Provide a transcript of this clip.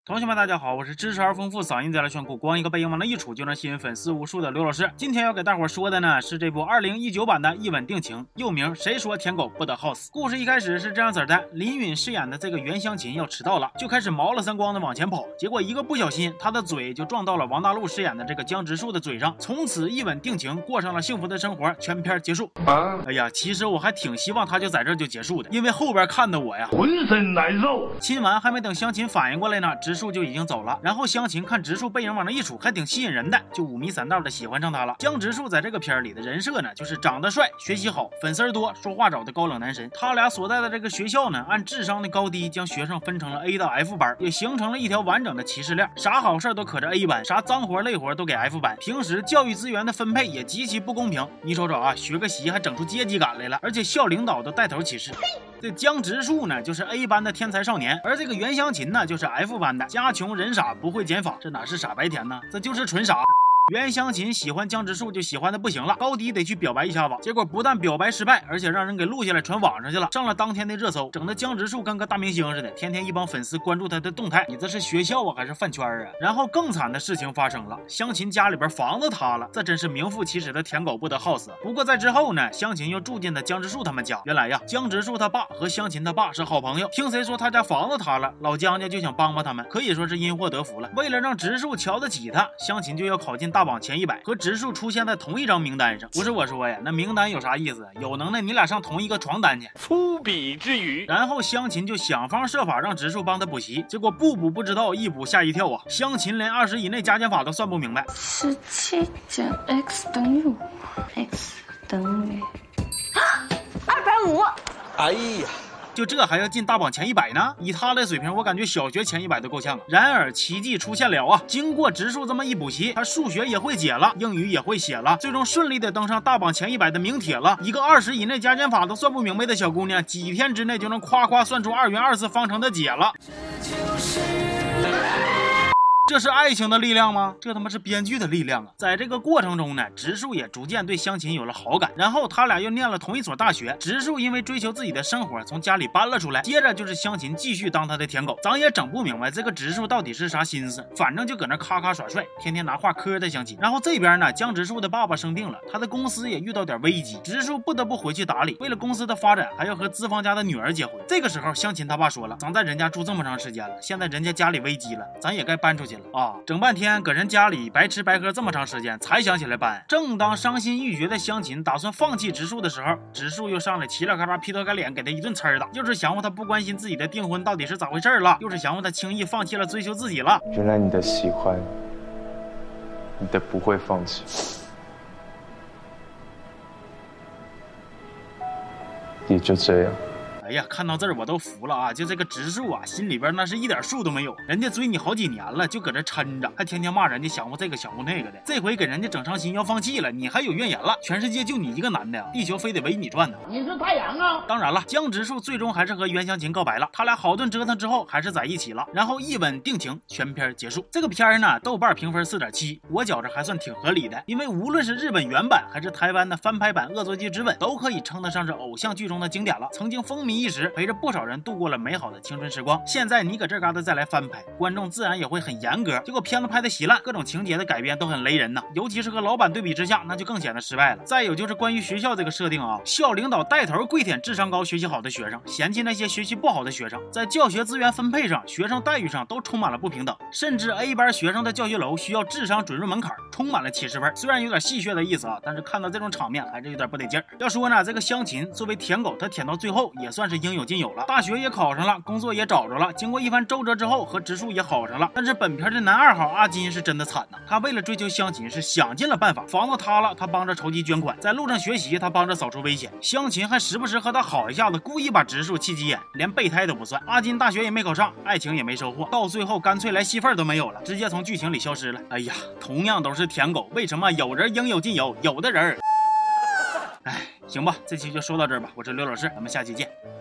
同学们大家好，我是知识而丰富，嗓音再来炫酷，光一个背影往那一杵就能吸引粉丝无数的刘老师。今天要给大伙说的呢是这部2019版的《一吻定情》，又名谁说舔狗不得好死。故事一开始是这样子的，林允饰演的这个袁湘琴要迟到了，就开始毛了三光的往前跑，结果一个不小心，他的嘴就撞到了王大陆饰演的这个江直树的嘴上，从此一吻定情，过上了幸福的生活，全片结束。哎呀，其实我还挺希望他就在这就结束的，因为后边看的我呀浑身难受。 亲完还没等湘琴反应过来呢，直树就已经走了。然后湘琴看直树背影往那一杵，还挺吸引人的，就五迷三道的喜欢上他了。江直树在这个片里的人设呢，就是长得帅、学习好、粉丝多、说话找的高冷男神。他俩所在的这个学校呢，按智商的高低将学生分成了 A 到 F 班，也形成了一条完整的歧视链，啥好事都可着 A 班，啥脏活累活都给 F 班。平时教育资源的分配也极其不公平，你瞅瞅啊，学个习还整出阶级感来了，而且校领导都带头歧视。这江直树呢，就是 A 班的天才少年，而这个袁湘琴呢，就是 F 班的家穷人傻不会减法，这哪是傻白甜呢？这就是纯傻。袁湘琴喜欢江直树就喜欢的不行了，高低得去表白一下子，结果不但表白失败，而且让人给录下来传网上去了，上了当天的热搜，整的江直树跟个大明星似的，天天一帮粉丝关注他的动态，你这是学校啊还是饭圈啊？然后更惨的事情发生了，湘琴家里边房子塌了，这真是名副其实的舔狗不得好死。不过在之后呢，湘琴又住进了江直树他们家。原来呀，江直树他爸和湘琴他爸是好朋友，听谁说他家房子塌了，老江家就想帮他们，可以说是因祸得福了。为了让直树瞧得起他，湘琴就要考进大榜前100，和直树出现在同一张名单上。不是我说呀，那名单有啥意思？有能耐你俩上同一个床单去。 粗鄙之语。 然后湘琴就想方设法让直树帮他补习，结果补不知道，一补吓一跳啊！湘琴连20以内加减法都算不明白。 17减 x 等于5 ，x 等于250。 哎呀！ 就这还要进大榜前100呢？以他的水平，我感觉小学前100都够呛啊。然而奇迹出现了啊！经过直树这么一补习，他数学也会解了，英语也会写了，最终顺利的登上大榜前100的名帖了。一个20以内加减法都算不明白的小姑娘，几天之内就能夸夸算出2元2次方程的解了。这是爱情的力量吗？这他妈是编剧的力量啊！在这个过程中呢，直树也逐渐对湘琴有了好感，然后他俩又念了同一所大学。直树因为追求自己的生活，从家里搬了出来，接着就是湘琴继续当他的舔狗。咱也整不明白这个直树到底是啥心思，反正就搁那咔咔耍帅，天天拿话磕的湘琴。然后这边呢，江直树的爸爸生病了，他的公司也遇到点危机，直树不得不回去打理。为了公司的发展，还要和资方家的女儿结婚。这个时候，湘琴他爸说了，咱在人家住这么长时间了，现在人家家里危机了，咱也该搬出去啊！整半天搁人家里白吃白喝这么长时间，才想起来搬。正当伤心欲绝的湘琴打算放弃直树的时候，直树又上来嘁啦咔嚓劈头盖脸给他一顿呲的，又是想问他不关心自己的订婚到底是咋回事了，又是想问他轻易放弃了追求自己了。 原来你的喜欢，你的不会放弃，也就这样。 哎呀，看到这儿我都服了啊！就这个直树啊，心里边那是一点数都没有。人家追你好几年了，就搁这抻着，还天天骂人家想过这个想过那个的。这回给人家整伤心要放弃了，你还有怨言了？全世界就你一个男的呀，地球非得围你转呢？ 你是太阳啊！ 当然了，江直树最终还是和袁湘琴告白了，他俩好顿折腾之后还是在一起了，然后一吻定情，全片结束。这个片呢，豆瓣评分4.7，我觉着还算挺合理的，因为无论是日本原版还是台湾的翻拍版《恶作剧之吻》，都可以称得上是偶像剧中的经典了，曾经风靡一时，陪着不少人度过了美好的青春时光。现在你搁这嘎达再来翻拍，观众自然也会很严格。结果片子拍的稀烂，各种情节的改编都很雷人呐，尤其是和老版对比之下，那就更显得失败了。再有就是关于学校这个设定啊，校领导带头跪舔智商高、学习好的学生，嫌弃那些学习不好的学生。在教学资源分配上、学生待遇上都充满了不平等，甚至 A 班学生的教学楼需要智商准入门槛，充满了歧视味。虽然有点戏谑的意思啊，但是看到这种场面还是有点不得劲儿。要说呢，这个湘琴作为舔狗，他舔到最后也算是应有尽有了。大学也考上了，工作也找着了，经过一番周折之后，和直树也好上了。但是本片的男2号阿金是真的惨呐，他为了追求湘琴是想尽了办法，房子塌了他帮着筹集捐款，在路上学习他帮着扫除危险，湘琴还时不时和他好一下子，故意把直树气急眼，连备胎都不算。阿金大学也没考上，爱情也没收获，到最后干脆连戏份都没有了，直接从剧情里消失了。哎呀，同样都是舔狗，为什么有人应有尽有，有的人哎，行吧，这期就说到这儿吧，我是刘老师，咱们下期见。